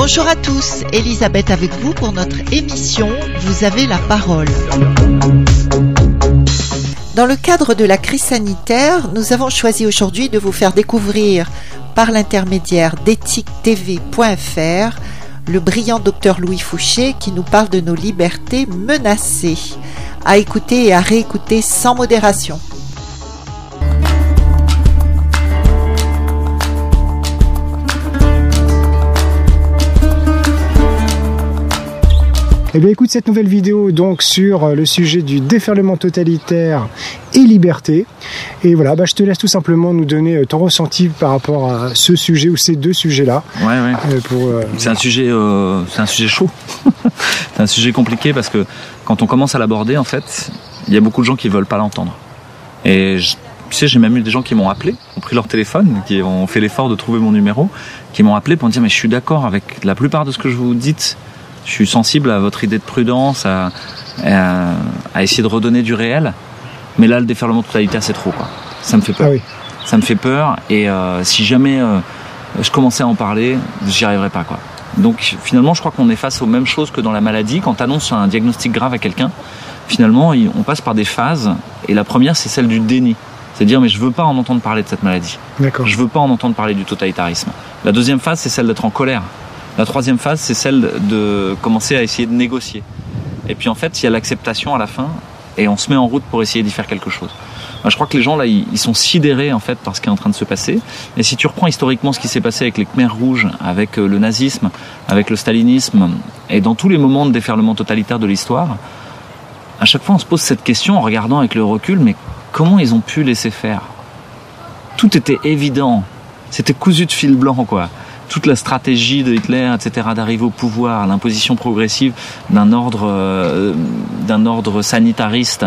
Bonjour à tous, Elisabeth avec vous pour notre émission Vous avez la parole. Dans le cadre de la crise sanitaire, nous avons choisi aujourd'hui de vous faire découvrir, par l'intermédiaire d'éthiquetv.fr, le brillant docteur Louis Fouché qui nous parle de nos libertés menacées. À écouter et à réécouter sans modération. Eh bien écoute cette nouvelle vidéo donc sur le sujet du déferlement totalitaire et liberté. Et voilà, je te laisse tout simplement nous donner ton ressenti par rapport à ce sujet ou ces deux sujets-là. Ouais. C'est un sujet chaud. C'est un sujet compliqué parce que quand on commence à l'aborder, en fait, il y a beaucoup de gens qui veulent pas l'entendre. Et j'ai même eu des gens qui m'ont appelé, ont pris leur téléphone, qui ont fait l'effort de trouver mon numéro, qui m'ont appelé pour me dire mais je suis d'accord avec la plupart de ce que je vous dites. Je suis sensible à votre idée de prudence, à essayer de redonner du réel. Mais là, le déferlement totalitaire, c'est trop, quoi. Ça me fait peur. Ah oui. Ça me fait peur. Et si jamais je commençais à en parler, j'y arriverais pas, quoi. Donc finalement, je crois qu'on est face aux mêmes choses que dans la maladie. Quand tu annonces un diagnostic grave à quelqu'un, finalement, on passe par des phases. Et la première, c'est celle du déni. C'est dire, mais je veux pas en entendre parler de cette maladie. D'accord. Je veux pas en entendre parler du totalitarisme. La deuxième phase, c'est celle d'être en colère. La troisième phase, c'est celle de commencer à essayer de négocier. Et puis en fait, il y a l'acceptation à la fin, et on se met en route pour essayer d'y faire quelque chose. Je crois que les gens là, ils sont sidérés en fait par ce qui est en train de se passer. Et si tu reprends historiquement ce qui s'est passé avec les Khmers rouges, avec le nazisme, avec le stalinisme, et dans tous les moments de déferlement totalitaire de l'histoire, à chaque fois on se pose cette question en regardant avec le recul, mais comment ils ont pu laisser faire ? Tout était évident, c'était cousu de fil blanc, quoi. Toute la stratégie de Hitler, etc., d'arriver au pouvoir, l'imposition progressive d'un ordre sanitariste,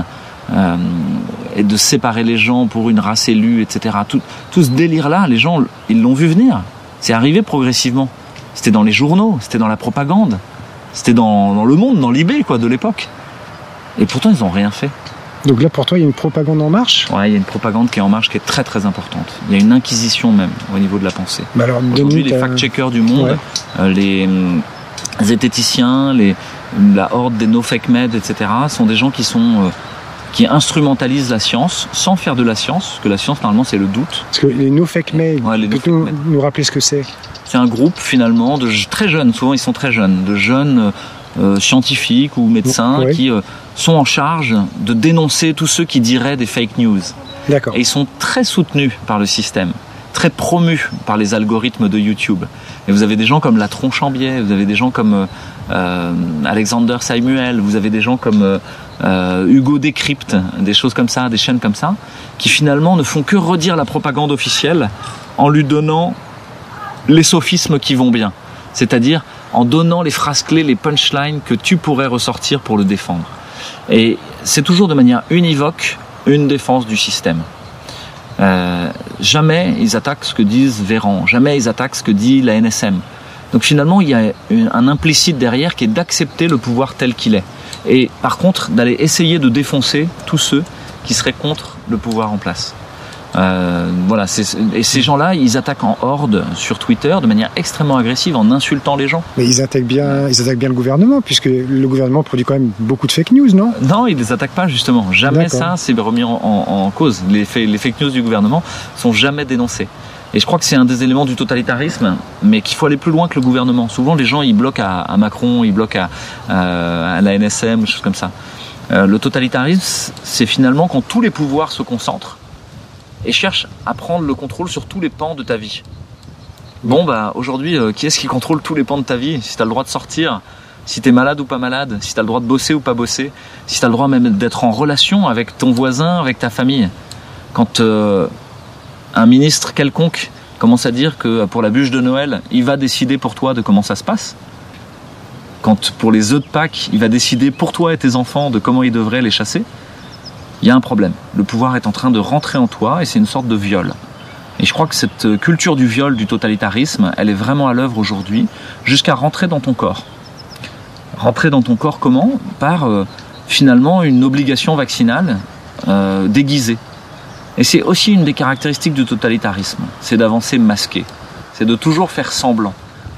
et de séparer les gens pour une race élue, etc. Tout ce délire-là, les gens, ils l'ont vu venir. C'est arrivé progressivement. C'était dans les journaux, c'était dans la propagande, c'était dans le monde, dans l'IB, quoi, de l'époque. Et pourtant, ils n'ont rien fait. Donc là, pour toi, il y a une propagande en marche ? Ouais, il y a une propagande qui est en marche, qui est très très importante. Il y a une inquisition même au niveau de la pensée. Alors, aujourd'hui, les fact-checkers du monde, les zététiciens, la horde des no-fake-med, etc., sont des gens qui instrumentalisent la science sans faire de la science, parce que la science, normalement, c'est le doute. Parce que les no-fake-med, peux-tu nous rappeler ce que c'est ? C'est un groupe, finalement, de très jeunes, souvent ils sont très jeunes, de jeunes scientifiques ou médecins qui sont en charge de dénoncer tous ceux qui diraient des fake news. D'accord. Et ils sont très soutenus par le système, très promus par les algorithmes de YouTube. Et vous avez des gens comme La Tronche en Biais, vous avez des gens comme Alexander Samuel, vous avez des gens comme Hugo Décrypte, des choses comme ça, des chaînes comme ça, qui finalement ne font que redire la propagande officielle en lui donnant les sophismes qui vont bien. C'est-à-dire en donnant les phrases clés, les punchlines que tu pourrais ressortir pour le défendre. Et c'est toujours de manière univoque une défense du système. Jamais ils attaquent ce que disent Véran, jamais ils attaquent ce que dit la NSM. Donc finalement, il y a un implicite derrière qui est d'accepter le pouvoir tel qu'il est. Et par contre, d'aller essayer de défoncer tous ceux qui seraient contre le pouvoir en place. Voilà, et ces gens-là, ils attaquent en horde sur Twitter de manière extrêmement agressive en insultant les gens. Mais ils attaquent bien le gouvernement, puisque le gouvernement produit quand même beaucoup de fake news, non ? Non, ils les attaquent pas justement. Jamais. D'accord. Ça, c'est remis en cause. Les fake news du gouvernement sont jamais dénoncées. Et je crois que c'est un des éléments du totalitarisme, mais qu'il faut aller plus loin que le gouvernement. Souvent, les gens, ils bloquent à Macron, ils bloquent à la NSM, des choses comme ça. Le totalitarisme, c'est finalement quand tous les pouvoirs se concentrent et cherche à prendre le contrôle sur tous les pans de ta vie. Bon, aujourd'hui, qui est-ce qui contrôle tous les pans de ta vie ? Si tu as le droit de sortir, si tu es malade ou pas malade, si tu as le droit de bosser ou pas bosser, si tu as le droit même d'être en relation avec ton voisin, avec ta famille. Quand un ministre quelconque commence à dire que pour la bûche de Noël, il va décider pour toi de comment ça se passe. Quand pour les œufs de Pâques, il va décider pour toi et tes enfants de comment ils devraient les chasser, il y a un problème. Le pouvoir est en train de rentrer en toi et c'est une sorte de viol. Et je crois que cette culture du viol, du totalitarisme, elle est vraiment à l'œuvre aujourd'hui, jusqu'à rentrer dans ton corps. Rentrer dans ton corps comment ? Par finalement une obligation vaccinale déguisée. Et c'est aussi une des caractéristiques du totalitarisme, c'est d'avancer masqué, c'est de toujours faire semblant,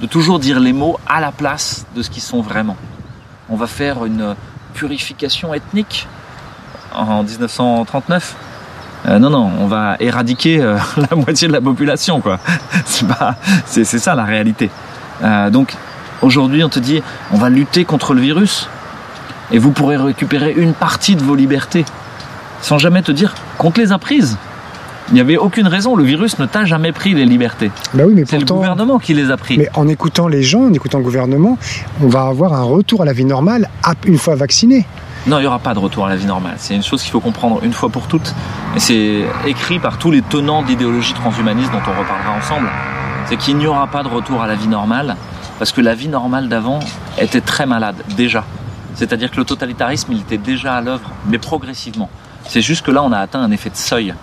de toujours dire les mots à la place de ce qu'ils sont vraiment. On va faire une purification ethnique en 1939. Non, on va éradiquer la moitié de la population, quoi. C'est ça la réalité. Donc aujourd'hui, on te dit, on va lutter contre le virus et vous pourrez récupérer une partie de vos libertés, sans jamais te dire qu'on te les a prises. Il n'y avait aucune raison, le virus ne t'a jamais pris les libertés. Bah oui, mais c'est pourtant, le gouvernement qui les a pris. Mais en écoutant les gens, en écoutant le gouvernement, on va avoir un retour à la vie normale une fois vacciné. Non, il n'y aura pas de retour à la vie normale. C'est une chose qu'il faut comprendre une fois pour toutes. Et c'est écrit par tous les tenants d'idéologie transhumaniste dont on reparlera ensemble. C'est qu'il n'y aura pas de retour à la vie normale parce que la vie normale d'avant était très malade, déjà. C'est-à-dire que le totalitarisme, il était déjà à l'œuvre, mais progressivement. C'est juste que là, on a atteint un effet de seuil.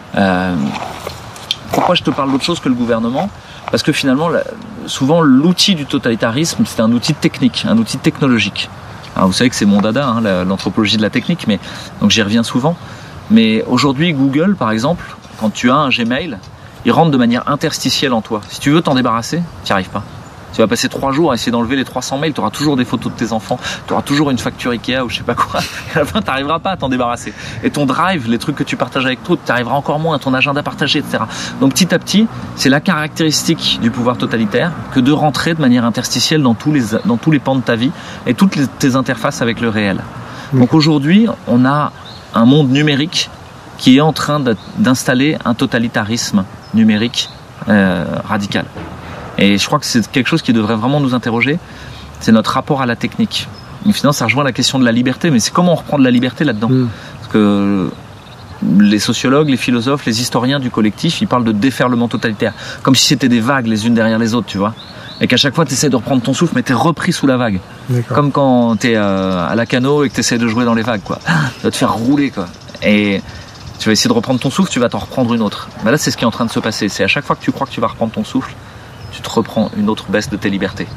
Pourquoi je te parle d'autre chose que le gouvernement ? Parce que finalement, souvent, l'outil du totalitarisme, c'est un outil technique, un outil technologique. Alors, vous savez que c'est mon dada, l'anthropologie de la technique, mais donc j'y reviens souvent. Mais aujourd'hui, Google, par exemple, quand tu as un Gmail, il rentre de manière interstitielle en toi. Si tu veux t'en débarrasser, tu n'y arrives pas. Tu vas passer 3 jours à essayer d'enlever les 300 mails, tu auras toujours des photos de tes enfants, tu auras toujours une facture Ikea ou je sais pas quoi, et à la fin tu n'arriveras pas à t'en débarrasser. Et ton drive, les trucs que tu partages avec toi, tu arriveras encore moins à ton agenda partagé, etc. Donc petit à petit, c'est la caractéristique du pouvoir totalitaire que de rentrer de manière interstitielle dans tous les pans de ta vie et toutes tes interfaces avec le réel. Donc aujourd'hui, on a un monde numérique qui est en train d'installer un totalitarisme numérique radical. Et je crois que c'est quelque chose qui devrait vraiment nous interroger, c'est notre rapport à la technique. Et finalement, ça rejoint la question de la liberté, mais c'est comment on reprend de la liberté là-dedans. Parce que les sociologues, les philosophes, les historiens du collectif, ils parlent de déferlement totalitaire, comme si c'était des vagues les unes derrière les autres, tu vois. Et qu'à chaque fois, tu essaies de reprendre ton souffle, mais tu es repris sous la vague. D'accord. Comme quand tu es à la cano et que tu essaies de jouer dans les vagues, quoi. Tu vas te faire rouler, quoi. Et tu vas essayer de reprendre ton souffle, tu vas t'en reprendre une autre. Ben là, c'est ce qui est en train de se passer. C'est à chaque fois que tu crois que tu vas reprendre ton souffle, tu te reprends une autre baisse de tes libertés.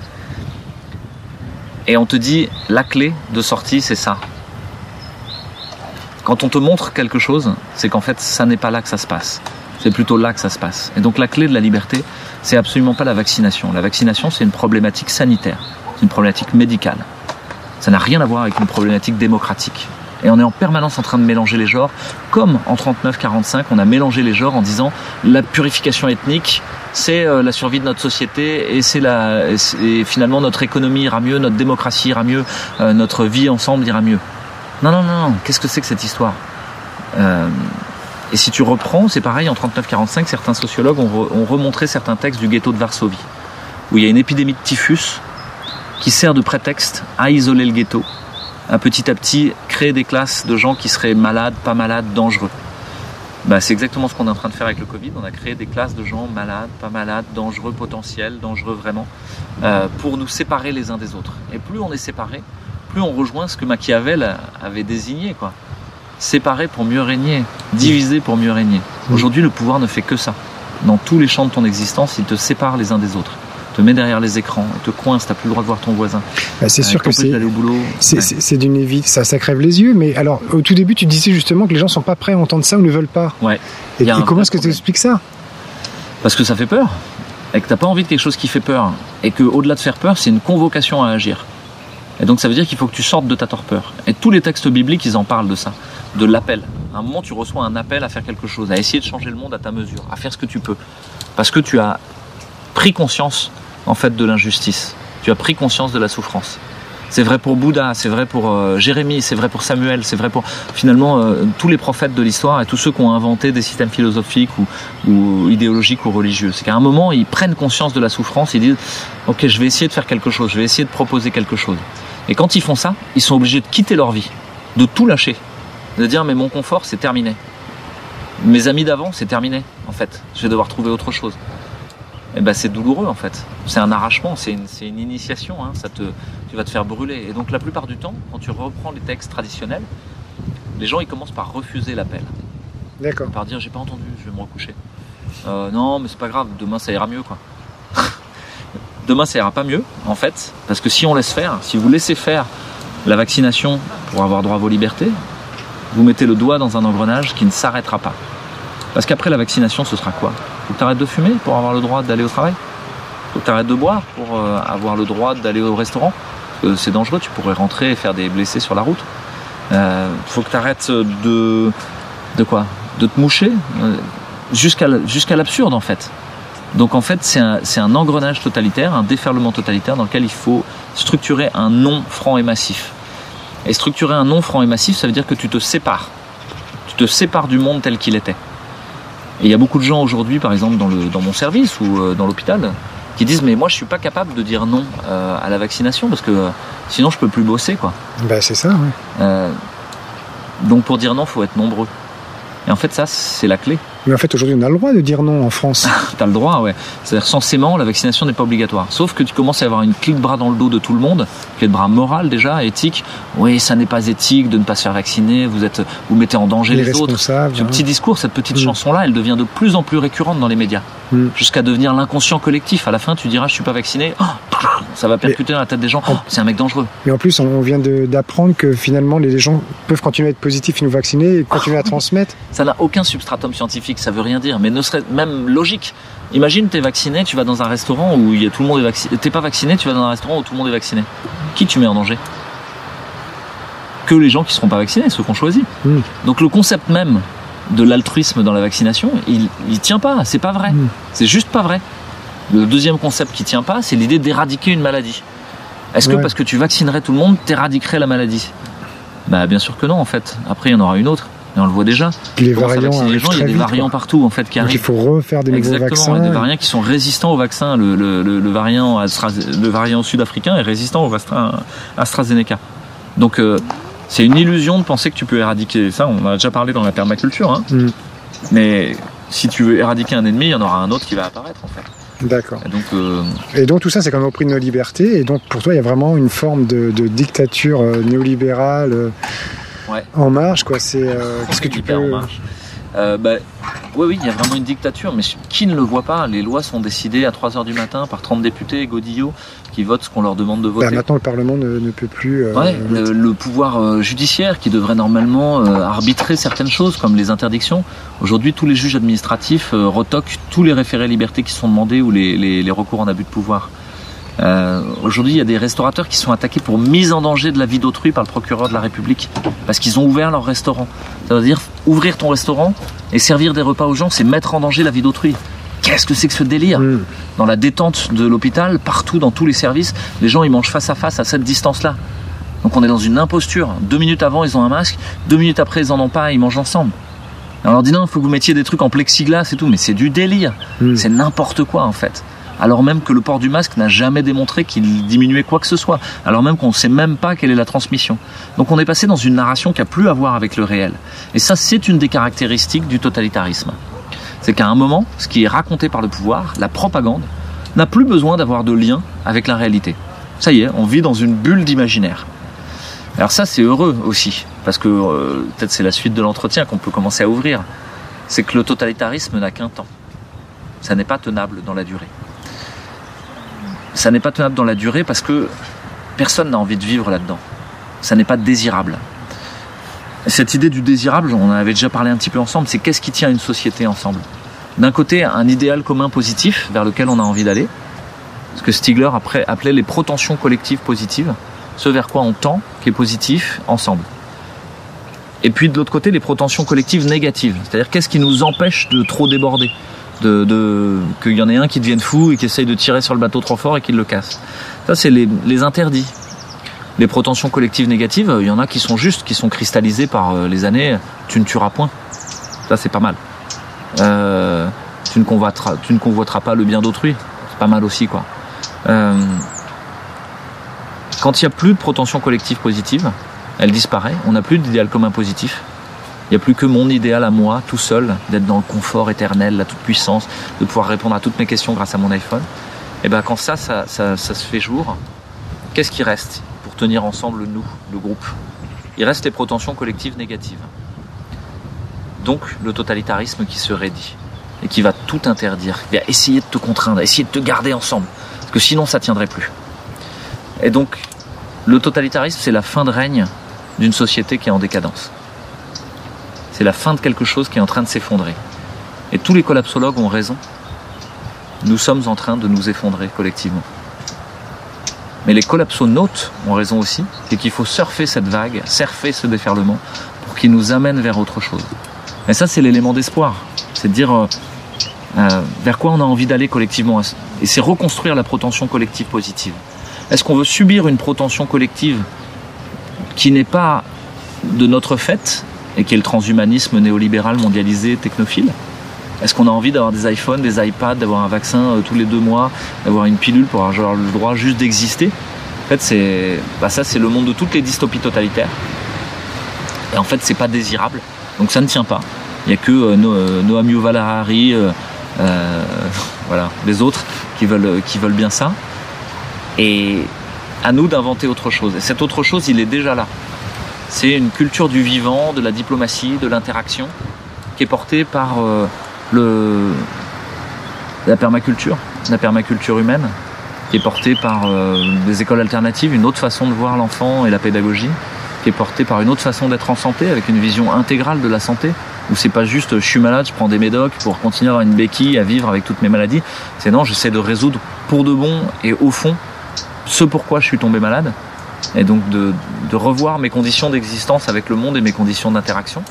Et on te dit, la clé de sortie, c'est ça. Quand on te montre quelque chose, c'est qu'en fait, ça n'est pas là que ça se passe. C'est plutôt là que ça se passe. Et donc la clé de la liberté, c'est absolument pas la vaccination. La vaccination, c'est une problématique sanitaire. C'est une problématique médicale. Ça n'a rien à voir avec une problématique démocratique. Et on est en permanence en train de mélanger les genres, comme en 39-45, on a mélangé les genres en disant la purification ethnique, c'est la survie de notre société et finalement notre économie ira mieux, notre démocratie ira mieux, notre vie ensemble ira mieux. Non, qu'est-ce que c'est que cette histoire ? Et si tu reprends, c'est pareil, en 39-45, certains sociologues ont remontré certains textes du ghetto de Varsovie, où il y a une épidémie de typhus qui sert de prétexte à isoler le ghetto, à petit créer des classes de gens qui seraient malades, pas malades, dangereux. C'est exactement ce qu'on est en train de faire avec le Covid. On a créé des classes de gens malades, pas malades, dangereux potentiels, dangereux vraiment, pour nous séparer les uns des autres. Et plus on est séparés, plus on rejoint ce que Machiavel avait désigné, quoi. Séparer pour mieux régner, diviser pour mieux régner. Aujourd'hui, le pouvoir ne fait que ça. Dans tous les champs de ton existence, il te sépare les uns des autres. Te met derrière les écrans, te coince, t'as plus le droit de voir ton voisin. C'est sûr que c'est d'une évidence, ça crève les yeux. Mais alors, au tout début, tu disais justement que les gens sont pas prêts à entendre ça ou ne veulent pas. Ouais. Et comment est-ce que tu expliques ça ? Parce que ça fait peur, et que t'as pas envie de quelque chose qui fait peur, et que au-delà de faire peur, c'est une convocation à agir. Et donc ça veut dire qu'il faut que tu sortes de ta torpeur. Et tous les textes bibliques, ils en parlent de ça, de l'appel. À un moment, tu reçois un appel à faire quelque chose, à essayer de changer le monde à ta mesure, à faire ce que tu peux, parce que tu as pris conscience en fait de l'injustice. Tu as pris conscience de la souffrance. C'est vrai pour Bouddha, c'est vrai pour Jérémie, c'est vrai pour Samuel, c'est vrai pour finalement tous les prophètes de l'histoire et tous ceux qui ont inventé des systèmes philosophiques ou idéologiques ou religieux. C'est qu'à un moment, ils prennent conscience de la souffrance, ils disent « Ok, je vais essayer de faire quelque chose, je vais essayer de proposer quelque chose ». Et quand ils font ça, ils sont obligés de quitter leur vie, de tout lâcher, de dire « Mais mon confort, c'est terminé. Mes amis d'avant, c'est terminé, en fait. Je vais devoir trouver autre chose. » Et c'est douloureux en fait, c'est un arrachement, c'est une initiation, hein. Tu vas te faire brûler. Et donc la plupart du temps, quand tu reprends les textes traditionnels, les gens ils commencent par refuser l'appel. D'accord. Par dire j'ai pas entendu, je vais me recoucher. Non mais c'est pas grave, demain ça ira mieux quoi. Demain ça ira pas mieux en fait, parce que si on laisse faire, si vous laissez faire la vaccination pour avoir droit à vos libertés, vous mettez le doigt dans un engrenage qui ne s'arrêtera pas. Parce qu'après la vaccination, ce sera quoi ? Faut que tu arrêtes de fumer pour avoir le droit d'aller au travail ? Faut que tu arrêtes de boire pour avoir le droit d'aller au restaurant. C'est dangereux, tu pourrais rentrer et faire des blessés sur la route. Faut que tu arrêtes de te moucher jusqu'à l'absurde en fait. Donc en fait c'est un engrenage totalitaire, un déferlement totalitaire dans lequel il faut structurer un non franc et massif. Et structurer un non franc et massif, ça veut dire que tu te sépares. Tu te sépares du monde tel qu'il était. Et il y a beaucoup de gens aujourd'hui, par exemple dans mon service ou dans l'hôpital, qui disent mais moi je suis pas capable de dire non à la vaccination parce que sinon je peux plus bosser quoi. Ben c'est ça, oui. Donc pour dire non, faut être nombreux. Et en fait ça c'est la clé. Mais en fait aujourd'hui on a le droit de dire non en France. T'as le droit, ouais. C'est-à-dire censément la vaccination n'est pas obligatoire. Sauf que tu commences à avoir une clé de bras dans le dos de tout le monde, clé de bras morale déjà, éthique. Oui, ça n'est pas éthique de ne pas se faire vacciner. Vous mettez en danger les autres. Ce petit discours, cette petite chanson-là, elle devient de plus en plus récurrente dans les médias, jusqu'à devenir l'inconscient collectif. À la fin, tu diras je suis pas vacciné. Oh, ça va percuter dans la tête des gens. C'est un mec dangereux. Mais en plus, on vient d'apprendre que finalement les gens peuvent continuer à être positifs et nous vacciner et continuer à transmettre. Ça n'a aucun substratum scientifique, ça veut rien dire, mais ne serait même logique. Imagine, t'es vacciné, tu vas dans un restaurant où tout le monde est vacciné. T'es pas vacciné, tu vas dans un restaurant où tout le monde est vacciné. Qui tu mets en danger ? Que les gens qui seront pas vaccinés, ceux qu'on choisit. Donc le concept même de l'altruisme dans la vaccination, il tient pas, c'est pas vrai. C'est juste pas vrai. Le deuxième concept qui tient pas, c'est l'idée d'éradiquer une maladie. Est-ce que parce que tu vaccinerais tout le monde, t'éradiquerais la maladie ? Bah bien sûr que non en fait. Après il y en aura une autre. Et on le voit déjà. Les variants arrivent très vite. Il y a des variants partout en fait qui arrivent. Donc il faut refaire des nouveaux vaccins. Exactement, des variants qui sont résistants au vaccin. Le variant sud-africain est résistant au vaccin AstraZeneca. Donc c'est une illusion de penser que tu peux éradiquer ça. On en a déjà parlé dans la permaculture. Hein. Mais si tu veux éradiquer un ennemi, il y en aura un autre qui va apparaître en fait. D'accord. Et donc tout ça, c'est quand même au prix de nos libertés. Et donc pour toi, il y a vraiment une forme de dictature néolibérale en marche, quoi. Qu'est-ce que tu peux... en marche. Oui, il y a vraiment une dictature, mais qui ne le voit pas ? Les lois sont décidées à 3h du matin par 30 députés godillots qui votent ce qu'on leur demande de voter. Maintenant, le Parlement ne peut plus... le pouvoir judiciaire qui devrait normalement arbitrer certaines choses, comme les interdictions. Aujourd'hui, tous les juges administratifs retoquent tous les référés liberté qui sont demandés ou les recours en abus de pouvoir. Aujourd'hui, il y a des restaurateurs qui sont attaqués pour mise en danger de la vie d'autrui par le procureur de la République parce qu'ils ont ouvert leur restaurant. Ça veut dire ouvrir ton restaurant et servir des repas aux gens, c'est mettre en danger la vie d'autrui. Qu'est-ce que c'est que ce délire ? Dans la détente de l'hôpital, partout, dans tous les services, les gens ils mangent face à face à cette distance-là. Donc on est dans une imposture. 2 minutes avant, ils ont un masque. 2 minutes après, ils en ont pas et ils mangent ensemble. Et on leur dit non, il faut que vous mettiez des trucs en plexiglas et tout. Mais c'est du délire. C'est n'importe quoi en fait. Alors même que le port du masque n'a jamais démontré qu'il diminuait quoi que ce soit, alors même qu'on ne sait même pas quelle est la transmission. Donc on est passé dans une narration qui n'a plus à voir avec le réel. Et ça, c'est une des caractéristiques du totalitarisme. C'est qu'à un moment, ce qui est raconté par le pouvoir, la propagande, n'a plus besoin d'avoir de lien avec la réalité. Ça y est, on vit dans une bulle d'imaginaire. Alors ça, c'est heureux aussi, parce que peut-être c'est la suite de l'entretien qu'on peut commencer à ouvrir. C'est que le totalitarisme n'a qu'un temps. Ça n'est pas tenable dans la durée. Ça n'est pas tenable dans la durée parce que personne n'a envie de vivre là-dedans. Ça n'est pas désirable. Cette idée du désirable, on en avait déjà parlé un petit peu ensemble, c'est qu'est-ce qui tient une société ensemble ? D'un côté, un idéal commun positif vers lequel on a envie d'aller, ce que Stigler appelait les protensions collectives positives, ce vers quoi on tend, qui est positif, ensemble. Et puis de l'autre côté, les protensions collectives négatives, c'est-à-dire qu'est-ce qui nous empêche de trop déborder ? Qu'il y en ait un qui devienne fou et qui essaye de tirer sur le bateau trop fort et qu'il le casse. Ça, c'est les interdits. Les protensions collectives négatives, il y en a qui sont justes, qui sont cristallisées par les années. Tu ne tueras point. Ça, c'est pas mal. Tu ne convoiteras pas le bien d'autrui. C'est pas mal aussi, quoi. Quand il n'y a plus de protensions collectives positives, elle disparaît. On n'a plus d'idéal commun positif. Il n'y a plus que mon idéal à moi, tout seul, d'être dans le confort éternel, la toute-puissance, de pouvoir répondre à toutes mes questions grâce à mon iPhone. Et bien quand ça se fait jour, qu'est-ce qui reste pour tenir ensemble nous, le groupe ? Il reste les protensions collectives négatives. Donc le totalitarisme qui se raidit et qui va tout interdire, qui va essayer de te contraindre, essayer de te garder ensemble, parce que sinon ça ne tiendrait plus. Et donc le totalitarisme, c'est la fin de règne d'une société qui est en décadence. C'est la fin de quelque chose qui est en train de s'effondrer. Et tous les collapsologues ont raison. nous sommes en train de nous effondrer collectivement. Mais les collapsonautes ont raison aussi, c'est qu'il faut surfer cette vague, surfer ce déferlement pour qu'il nous amène vers autre chose. Et ça, c'est l'élément d'espoir. C'est de dire vers quoi on a envie d'aller collectivement. Et c'est reconstruire la protension collective positive. Est-ce qu'on veut subir une protension collective qui n'est pas de notre fait et qui est le transhumanisme néolibéral mondialisé technophile? Est-ce qu'on a envie d'avoir des iPhones, des iPads, d'avoir un vaccin tous les 2 mois, d'avoir une pilule pour avoir le droit juste d'exister? En fait, ça, c'est le monde de toutes les dystopies totalitaires. Et en fait, c'est pas désirable. Donc ça ne tient pas. Il n'y a que Noam Yuval Harari, voilà, les autres qui veulent bien ça. Et à nous d'inventer autre chose. Et cette autre chose, il est déjà là. C'est une culture du vivant, de la diplomatie, de l'interaction, qui est portée par la permaculture humaine, qui est portée par des écoles alternatives, une autre façon de voir l'enfant et la pédagogie, qui est portée par une autre façon d'être en santé, avec une vision intégrale de la santé, où c'est pas juste je suis malade, je prends des médocs pour continuer à avoir une béquille, à vivre avec toutes mes maladies. C'est non, j'essaie de résoudre pour de bon et au fond ce pourquoi je suis tombé malade, et donc de revoir mes conditions d'existence avec le monde et mes conditions d'interaction.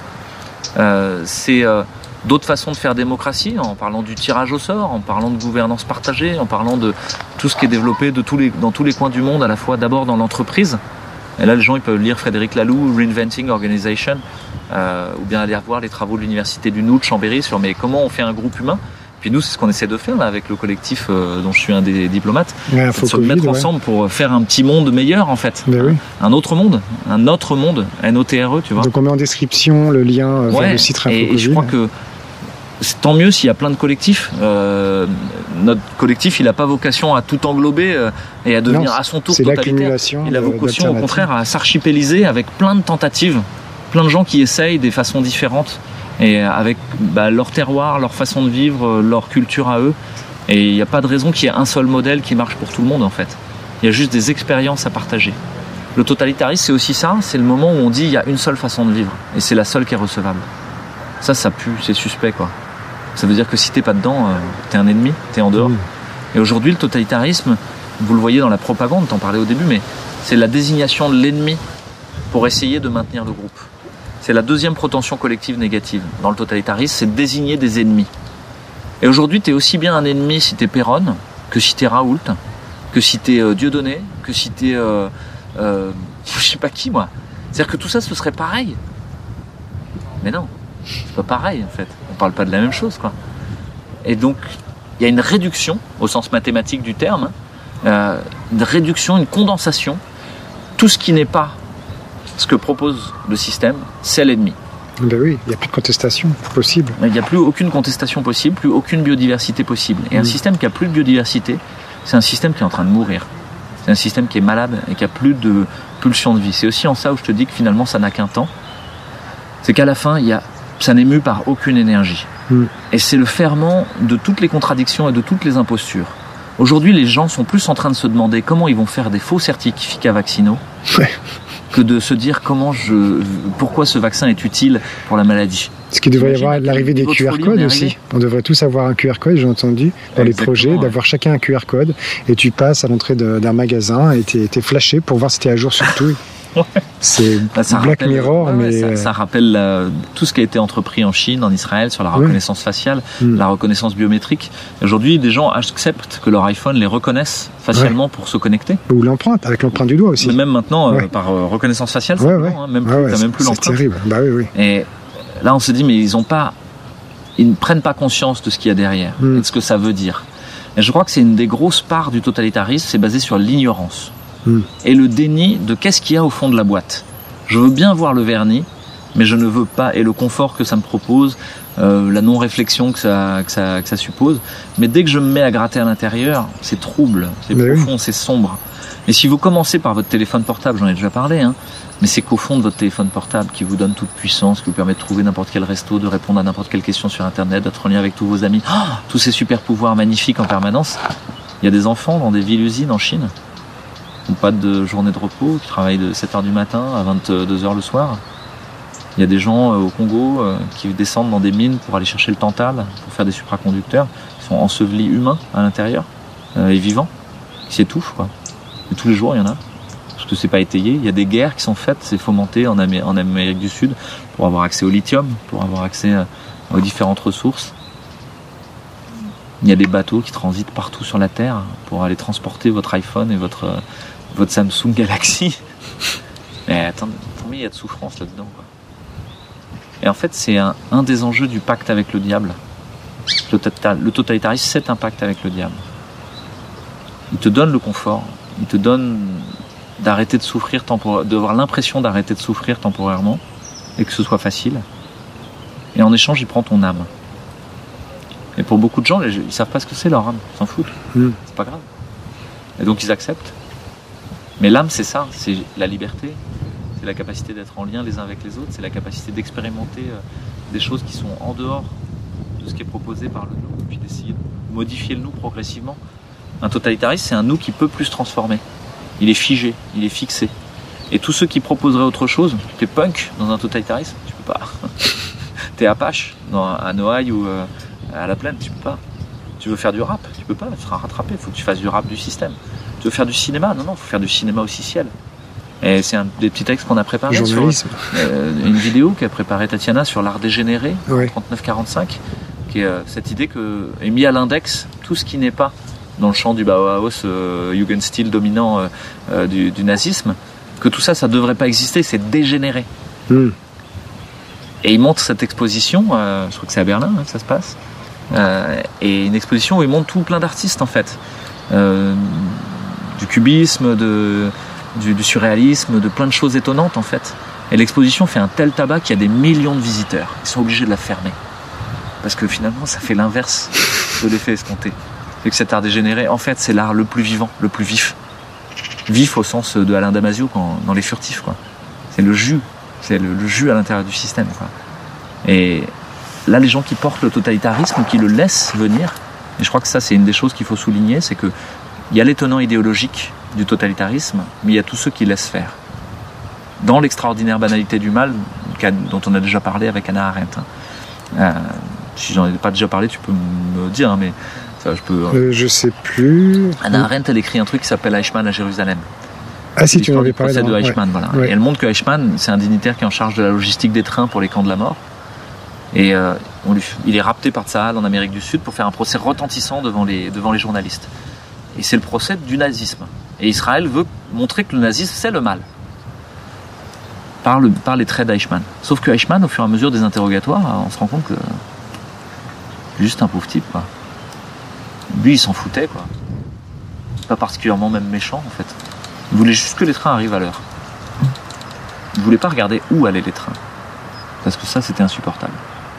C'est d'autres façons de faire démocratie, en parlant du tirage au sort, en parlant de gouvernance partagée, en parlant de tout ce qui est développé dans tous les coins du monde, à la fois d'abord dans l'entreprise. Et là, les gens ils peuvent lire Frédéric Laloux, Reinventing Organization, ou bien aller revoir les travaux de l'université du Nord Chambéry sur comment on fait un groupe humain. Puis nous, c'est ce qu'on essaie de faire là, avec le collectif dont je suis un des diplomates, de se mettre ensemble pour faire un petit monde meilleur en fait. Oui. Un autre monde, N-O-T-R-E, tu vois. Donc on met en description le lien vers le site Info-Covid. Et je crois que c'est tant mieux s'il y a plein de collectifs. Notre collectif, il n'a pas vocation à tout englober et à devenir à son tour totalitaire. Il a vocation au contraire à s'archipéliser avec plein de tentatives, plein de gens qui essayent des façons différentes et avec leur terroir, leur façon de vivre, leur culture à eux. Et il n'y a pas de raison qu'il y ait un seul modèle qui marche pour tout le monde en fait. Il y a juste des expériences à partager. Le totalitarisme, c'est aussi ça, c'est le moment où on dit il y a une seule façon de vivre et c'est la seule qui est recevable. Ça pue, c'est suspect quoi. Ça veut dire que si t'es pas dedans, t'es un ennemi, t'es en dehors. Et aujourd'hui, le totalitarisme, vous le voyez dans la propagande, t'en parlais au début, mais c'est la désignation de l'ennemi pour essayer de maintenir le groupe. C'est la deuxième protension collective négative dans le totalitarisme, c'est de désigner des ennemis. Et aujourd'hui, t'es aussi bien un ennemi si t'es Péronne, que si t'es Raoult, que si t'es Dieudonné, que si t'es je sais pas qui moi. C'est-à-dire que tout ça, ce serait pareil. Mais non, c'est pas pareil en fait. On parle pas de la même chose quoi. Et donc, il y a une réduction, au sens mathématique du terme, une réduction, une condensation. Tout ce qui n'est pas ce que propose le système, c'est l'ennemi. Ben oui, il n'y a plus de contestation possible. Il n'y a plus aucune contestation possible, plus aucune biodiversité possible. Et un système qui a plus de biodiversité, c'est un système qui est en train de mourir. C'est un système qui est malade et qui a plus de pulsion de vie. C'est aussi en ça où je te dis que finalement ça n'a qu'un temps. C'est qu'à la fin, ça n'est mu par aucune énergie. Et c'est le ferment de toutes les contradictions et de toutes les impostures. Aujourd'hui, les gens sont plus en train de se demander comment ils vont faire des faux certificats vaccinaux que de se dire pourquoi ce vaccin est utile pour la maladie. Ce qu'il devrait y avoir l'arrivée des QR codes aussi. On devrait tous avoir un QR code, j'ai entendu, dans les projets, d'avoir chacun un QR code. Et tu passes à l'entrée d'un magasin et t'es flashé pour voir si t'es à jour sur tout. C'est Black Mirror, mais ça rappelle tout ce qui a été entrepris en Chine, en Israël, sur la reconnaissance faciale, la reconnaissance biométrique. Aujourd'hui, des gens acceptent que leur iPhone les reconnaisse facialement pour se connecter. Ou l'empreinte, avec l'empreinte du doigt aussi. Mais même maintenant, par reconnaissance faciale, c'est même plus l'empreinte. C'est terrible. Bah oui. Et là, on se dit, mais ils ne prennent pas conscience de ce qu'il y a derrière et de ce que ça veut dire. Et je crois que c'est une des grosses parts du totalitarisme, c'est basé sur l'ignorance. Et le déni de qu'est-ce qu'il y a au fond de la boîte. Je veux bien voir le vernis, mais je ne veux pas, et le confort que ça me propose, la non-réflexion que ça suppose, mais dès que je me mets à gratter à l'intérieur, c'est trouble, c'est profond, c'est sombre. Et si vous commencez par votre téléphone portable, j'en ai déjà parlé, mais c'est qu'au fond de votre téléphone portable qui vous donne toute puissance, qui vous permet de trouver n'importe quel resto, de répondre à n'importe quelle question sur Internet, d'être en lien avec tous vos amis, tous ces super pouvoirs magnifiques en permanence. Il y a des enfants dans des villes-usines en Chine, qui n'ont pas de journée de repos, qui travaillent de 7h du matin à 22h le soir. Il y a des gens au Congo qui descendent dans des mines pour aller chercher le tantal, pour faire des supraconducteurs. sont ensevelis humains à l'intérieur et vivants, qui s'étouffent, quoi. Et tous les jours, il y en a. Parce que c'est pas étayé. Il y a des guerres qui sont faites, c'est fomenté en Amérique du Sud pour avoir accès au lithium, pour avoir accès aux différentes ressources. Il y a des bateaux qui transitent partout sur la Terre pour aller transporter votre iPhone et votre Samsung Galaxy. Mais attends, combien il y a de souffrance là-dedans, quoi. Et en fait, c'est un des enjeux du pacte avec le diable. Le totalitarisme, c'est un pacte avec le diable. Il te donne le confort, il te donne d'arrêter de souffrir d'avoir l'impression d'arrêter de souffrir temporairement et que ce soit facile. Et en échange, il prend ton âme. Et pour beaucoup de gens, ils savent pas ce que c'est leur âme, ils s'en foutent. C'est pas grave. Et donc ils acceptent. Mais l'âme, c'est ça, c'est la liberté, c'est la capacité d'être en lien les uns avec les autres, c'est la capacité d'expérimenter des choses qui sont en dehors de ce qui est proposé par le nous, et puis d'essayer de modifier le nous progressivement. Un totalitarisme, c'est un nous qui peut plus se transformer. Il est figé, il est fixé. Et tous ceux qui proposeraient autre chose, t'es punk dans un totalitarisme, tu peux pas. T'es Apache à Noailles ou à la plaine, tu peux pas. Tu veux faire du rap, tu peux pas, tu seras rattrapé, il faut que tu fasses du rap du système. Tu veux faire du cinéma, non, il faut faire du cinéma au ciel. Et c'est un des petits textes qu'on a préparé sur une vidéo qu'a préparée Tatiana sur l'art dégénéré, 39-45, qui est cette idée que est mis à l'index tout ce qui n'est pas dans le champ du Bauhaus, Jugendstil dominant du nazisme, que tout ça devrait pas exister, c'est dégénéré. Et il montre cette exposition, je crois que c'est à Berlin que ça se passe, et une exposition où il montre tout plein d'artistes en fait, du cubisme, du surréalisme, de plein de choses étonnantes en fait. Et l'exposition fait un tel tabac qu'il y a des millions de visiteurs. Ils sont obligés de la fermer. Parce que finalement, ça fait l'inverse de l'effet escompté. C'est que cet art dégénéré, en fait, c'est l'art le plus vivant, le plus vif. Vif au sens de Alain Damasio dans Les Furtifs, quoi. C'est le jus. C'est le jus à l'intérieur du système, quoi. Et là, les gens qui portent le totalitarisme, qui le laissent venir, et je crois que ça, c'est une des choses qu'il faut souligner, c'est que il y a les tenants idéologiques du totalitarisme, mais il y a tous ceux qui laissent faire. Dans l'extraordinaire banalité du mal, dont on a déjà parlé avec Hannah Arendt. Si j'en ai pas déjà parlé, tu peux me dire, hein, mais ça, je peux. Je sais plus. Hannah Arendt, elle écrit un truc qui s'appelle Eichmann à Jérusalem. Ah si, tu en avais parlé. C'est de Eichmann, voilà. Ouais. Et elle montre que Eichmann, c'est un dignitaire qui est en charge de la logistique des trains pour les camps de la mort. Et il est rapté par Tsahal en Amérique du Sud pour faire un procès retentissant devant les journalistes. Et c'est le procès du nazisme. Et Israël veut montrer que le nazisme, c'est le mal. Par les traits d'Eichmann. Sauf que Eichmann, au fur et à mesure des interrogatoires, on se rend compte que c'est juste un pauvre type, quoi. Lui, il s'en foutait, quoi. Pas particulièrement même méchant, en fait. Il voulait juste que les trains arrivent à l'heure. Il voulait pas regarder où allaient les trains. Parce que ça, c'était insupportable.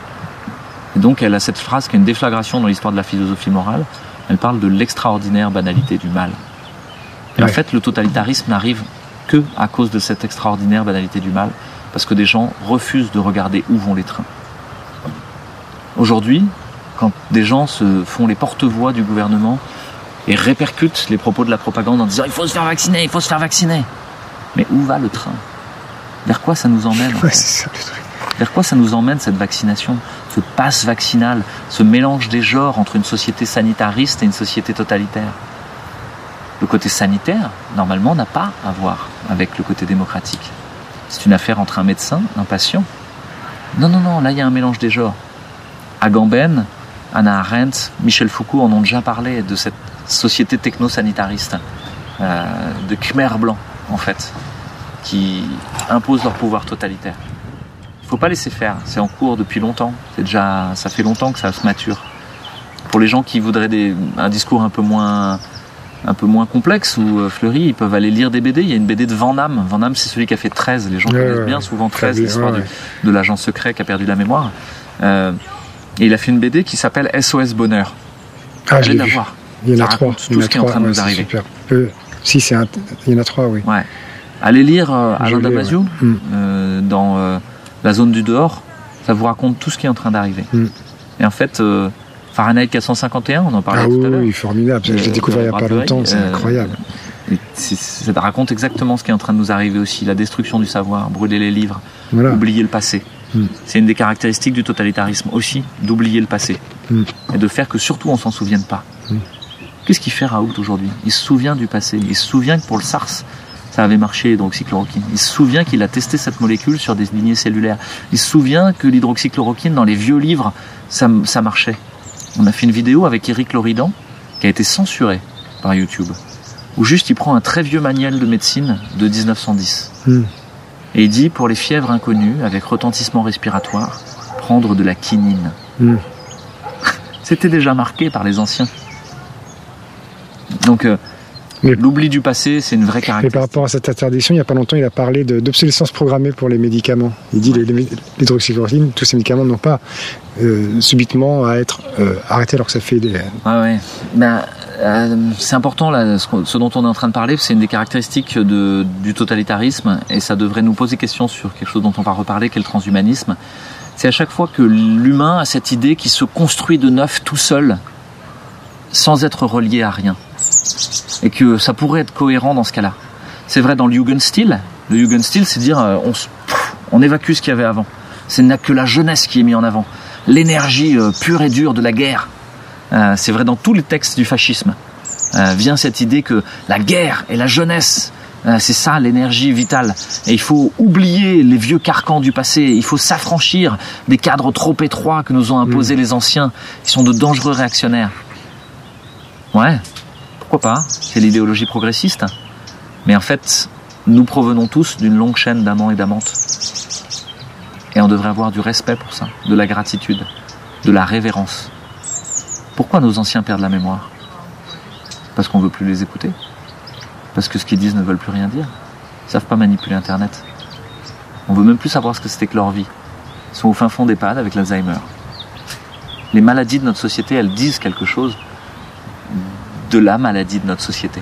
Et donc, elle a cette phrase qui est une déflagration dans l'histoire de la philosophie morale. Elle parle de l'extraordinaire banalité du mal. Et en fait, le totalitarisme n'arrive que à cause de cette extraordinaire banalité du mal, parce que des gens refusent de regarder où vont les trains. Aujourd'hui, quand des gens se font les porte-voix du gouvernement et répercutent les propos de la propagande en disant « il faut se faire vacciner, il faut se faire vacciner », mais où va le train ? Vers quoi ça nous emmène ? Ouais, c'est ça le truc. Vers quoi ça nous emmène cette vaccination, ce passe vaccinal, ce mélange des genres entre une société sanitariste et une société totalitaire ? Le côté sanitaire, normalement, n'a pas à voir avec le côté démocratique. C'est une affaire entre un médecin, un patient. Non, là il y a un mélange des genres. Agamben, Hannah Arendt, Michel Foucault en ont déjà parlé de cette société techno-sanitariste, de Khmer blanc, en fait, qui impose leur pouvoir totalitaire. Il ne faut pas laisser faire, c'est en cours depuis longtemps. Ça fait longtemps que ça se mature. Pour les gens qui voudraient un discours un peu moins complexe ou fleuri, ils peuvent aller lire des BD. Il y a une BD de Van Damme. Van Damme, c'est celui qui a fait 13. Les gens connaissent bien souvent 13, l'histoire de l'agent secret qui a perdu la mémoire. Et il a fait une BD qui s'appelle SOS Bonheur. Allez la voir. Il y en a 3. Tout ce qui est en train de nous arriver. Super. Il y en a 3, oui. Ouais. Allez lire Alain Damasio dans La zone du dehors. Ça vous raconte tout ce qui est en train d'arriver. Et en fait... Fahrenheit 451, on en parlait tout à l'heure. Oui, formidable. Je l'ai découvert il n'y a pas longtemps, c'est incroyable. Ça raconte exactement ce qui est en train de nous arriver aussi, la destruction du savoir, brûler les livres, oublier le passé. C'est une des caractéristiques du totalitarisme aussi, d'oublier le passé. Et de faire que surtout on s'en souvienne pas. Qu'est-ce qu'il fait Raoult aujourd'hui? Il se souvient du passé. Il se souvient que pour le SARS, ça avait marché l'hydroxychloroquine. Il se souvient qu'il a testé cette molécule sur des lignées cellulaires. Il se souvient que l'hydroxychloroquine, dans les vieux livres, ça marchait. On a fait une vidéo avec Éric Loridan, qui a été censurée par YouTube, où juste il prend un très vieux manuel de médecine de 1910. Et il dit, pour les fièvres inconnues, avec retentissement respiratoire, prendre de la quinine. C'était déjà marqué par les anciens. Donc, l'oubli du passé, c'est une vraie caractéristique. Mais par rapport à cette interdiction, il n'y a pas longtemps, il a parlé d'obsolescence programmée pour les médicaments. Il dit l'hydroxychloroquine, tous ces médicaments n'ont pas subitement à être arrêtés alors que ça fait des... Ouais. C'est important, là, ce dont on est en train de parler, c'est une des caractéristiques du totalitarisme, et ça devrait nous poser question sur quelque chose dont on va reparler, qui est le transhumanisme. C'est à chaque fois que l'humain a cette idée qui se construit de neuf tout seul, sans être relié à rien. Et que ça pourrait être cohérent dans ce cas-là. C'est vrai dans le Jugendstil. Le Jugendstil, c'est dire on évacue ce qu'il y avait avant. Ce n'est que la jeunesse qui est mise en avant. L'énergie pure et dure de la guerre. C'est vrai dans tous les textes du fascisme. Vient cette idée que la guerre et la jeunesse, c'est ça l'énergie vitale. Et il faut oublier les vieux carcans du passé. Il faut s'affranchir des cadres trop étroits que nous ont imposés les anciens, qui sont de dangereux réactionnaires. Ouais. Pourquoi pas? C'est l'idéologie progressiste. Mais en fait, nous provenons tous d'une longue chaîne d'amants et d'amantes. Et on devrait avoir du respect pour ça, de la gratitude, de la révérence. Pourquoi nos anciens perdent la mémoire? Parce qu'on ne veut plus les écouter. Parce que ce qu'ils disent ne veulent plus rien dire. Ils ne savent pas manipuler Internet. On ne veut même plus savoir ce que c'était que leur vie. Ils sont au fin fond d'EHPAD avec l'Alzheimer. Les maladies de notre société, elles disent quelque chose de la maladie de notre société.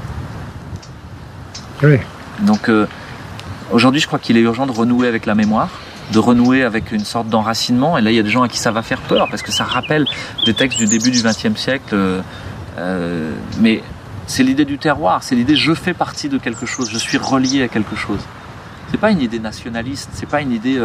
Oui. Donc aujourd'hui, je crois qu'il est urgent de renouer avec la mémoire, de renouer avec une sorte d'enracinement. Et là, il y a des gens à qui ça va faire peur, parce que ça rappelle des textes du début du XXe siècle. Mais c'est l'idée du terroir, c'est l'idée je fais partie de quelque chose, je suis relié à quelque chose. C'est pas une idée nationaliste, c'est pas une idée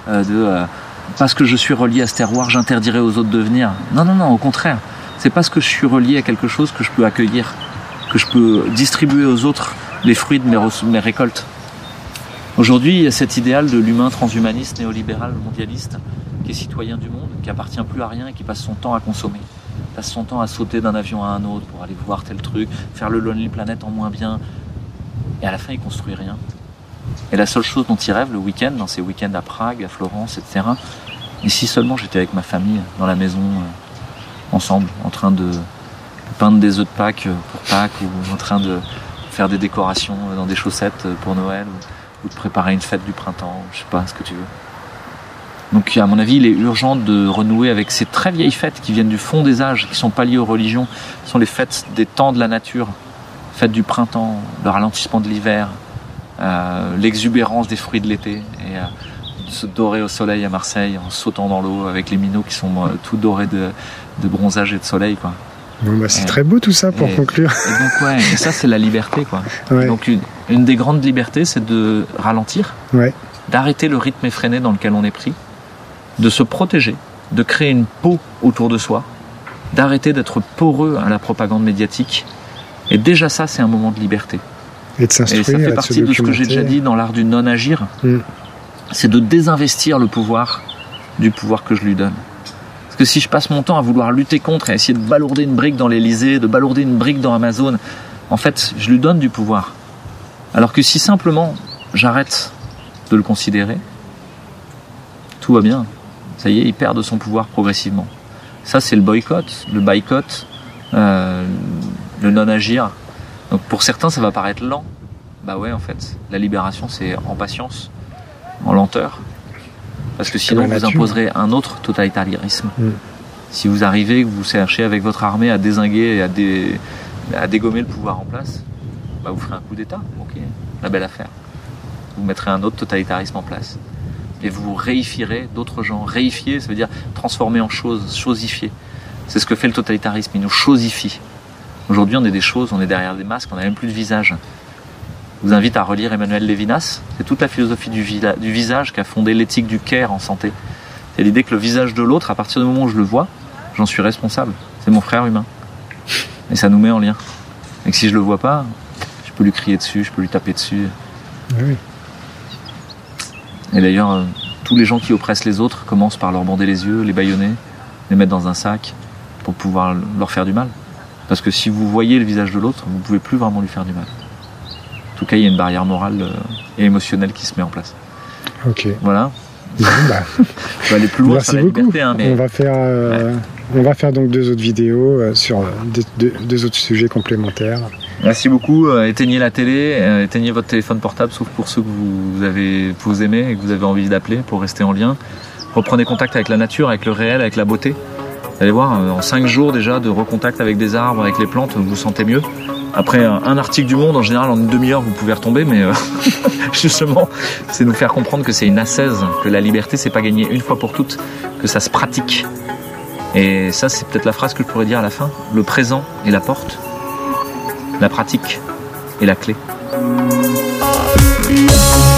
parce que je suis relié à ce terroir, j'interdirai aux autres de venir. Non, au contraire. C'est parce que je suis relié à quelque chose que je peux accueillir, que je peux distribuer aux autres les fruits de mes récoltes. Aujourd'hui, il y a cet idéal de l'humain transhumaniste, néolibéral, mondialiste, qui est citoyen du monde, qui appartient plus à rien et qui passe son temps à consommer. Passe son temps à sauter d'un avion à un autre pour aller voir tel truc, faire le Lonely Planet en moins bien. Et à la fin, il construit rien. Et la seule chose dont il rêve le week-end, dans ses week-ends à Prague, à Florence, etc. Et si seulement j'étais avec ma famille, dans la maison, ensemble, en train de peindre des œufs de Pâques pour Pâques, ou en train de faire des décorations dans des chaussettes pour Noël, ou de préparer une fête du printemps, je sais pas, ce que tu veux. Donc à mon avis, il est urgent de renouer avec ces très vieilles fêtes qui viennent du fond des âges, qui sont pas liées aux religions, qui sont les fêtes des temps de la nature, fêtes du printemps, le ralentissement de l'hiver, l'exubérance des fruits de l'été, et se dorer au soleil à Marseille en sautant dans l'eau avec les minots qui sont tout dorés de bronzage et de soleil, quoi. Bon, bah, c'est très beau tout ça pour conclure. Et donc et ça c'est la liberté, quoi. Ouais. Donc une des grandes libertés, c'est de ralentir, d'arrêter le rythme effréné dans lequel on est pris, de se protéger, de créer une peau autour de soi, d'arrêter d'être poreux à la propagande médiatique. Et déjà ça, c'est un moment de liberté. Et de s'instruire, et ça fait partie de ce que j'ai déjà dit dans l'art du non-agir. C'est de désinvestir le pouvoir du pouvoir que je lui donne. Parce que si je passe mon temps à vouloir lutter contre et essayer de balourder une brique dans l'Élysée, de balourder une brique dans Amazon, en fait, je lui donne du pouvoir. Alors que si simplement j'arrête de le considérer, tout va bien. Ça y est, il perd de son pouvoir progressivement. Ça, c'est le boycott, le non-agir. Donc pour certains, ça va paraître lent. Bah ouais, en fait, la libération, c'est en patience, en lenteur. Parce que sinon, vous imposerez un autre totalitarisme. Si vous arrivez, que vous cherchez avec votre armée à dézinguer et à dégommer le pouvoir en place, bah vous ferez un coup d'État. Ok, la belle affaire. Vous mettrez un autre totalitarisme en place. Et vous réifierez d'autres gens. Réifier, ça veut dire transformer en choses, chosifier. C'est ce que fait le totalitarisme, il nous chosifie. Aujourd'hui, on est des choses, on est derrière des masques, on n'a même plus de visage. Je vous invite à relire Emmanuel Levinas. C'est toute la philosophie du visage qu'a fondé l'éthique du care en santé. C'est l'idée que le visage de l'autre, à partir du moment où je le vois, j'en suis responsable. C'est mon frère humain. Et ça nous met en lien. Et que si je le vois pas, je peux lui crier dessus, je peux lui taper dessus. Oui. Et d'ailleurs, tous les gens qui oppressent les autres commencent par leur bander les yeux, les bâillonner, les mettre dans un sac pour pouvoir leur faire du mal. Parce que si vous voyez le visage de l'autre, vous ne pouvez plus vraiment lui faire du mal. En tout cas, il y a une barrière morale et émotionnelle qui se met en place. Ok. Voilà. Bon, je vais aller plus loin sur la liberté. Mais... On va faire donc 2 autres vidéos sur 2 autres sujets complémentaires. Merci beaucoup. Éteignez la télé, éteignez votre téléphone portable, sauf pour ceux que vous aimez et que vous avez envie d'appeler pour rester en lien. Reprenez contact avec la nature, avec le réel, avec la beauté. Vous allez voir, en 5 jours déjà de recontact avec des arbres, avec les plantes, vous vous sentez mieux. Après un article du Monde, en général, en une demi-heure, vous pouvez retomber, mais justement, c'est nous faire comprendre que c'est une ascèse, que la liberté, c'est pas gagné une fois pour toutes, que ça se pratique. Et ça, c'est peut-être la phrase que je pourrais dire à la fin. Le présent est la porte, la pratique est la clé.